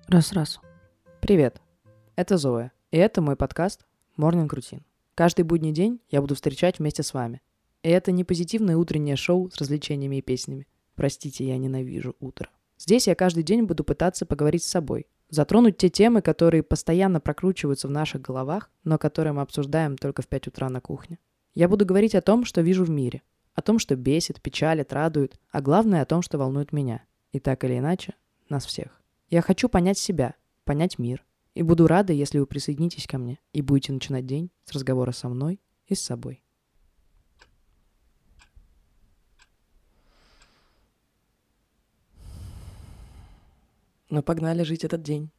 Раз-раз. Привет, это Зоя, и это мой подкаст Morning Routine. Каждый будний день я буду встречать вместе с вами. И это не позитивное утреннее шоу с развлечениями и песнями. Простите, я ненавижу утро. Здесь я каждый день буду пытаться поговорить с собой, затронуть те темы, которые постоянно прокручиваются в наших головах, но которые мы обсуждаем только в 5 утра на кухне. Я буду говорить о том, что вижу в мире, о том, что бесит, печалит, радует, а главное о том, что волнует меня. И так или иначе, нас всех. Я хочу понять себя, понять мир. И буду рада, если вы присоединитесь ко мне и будете начинать день с разговора со мной и с собой. Ну, погнали жить этот день.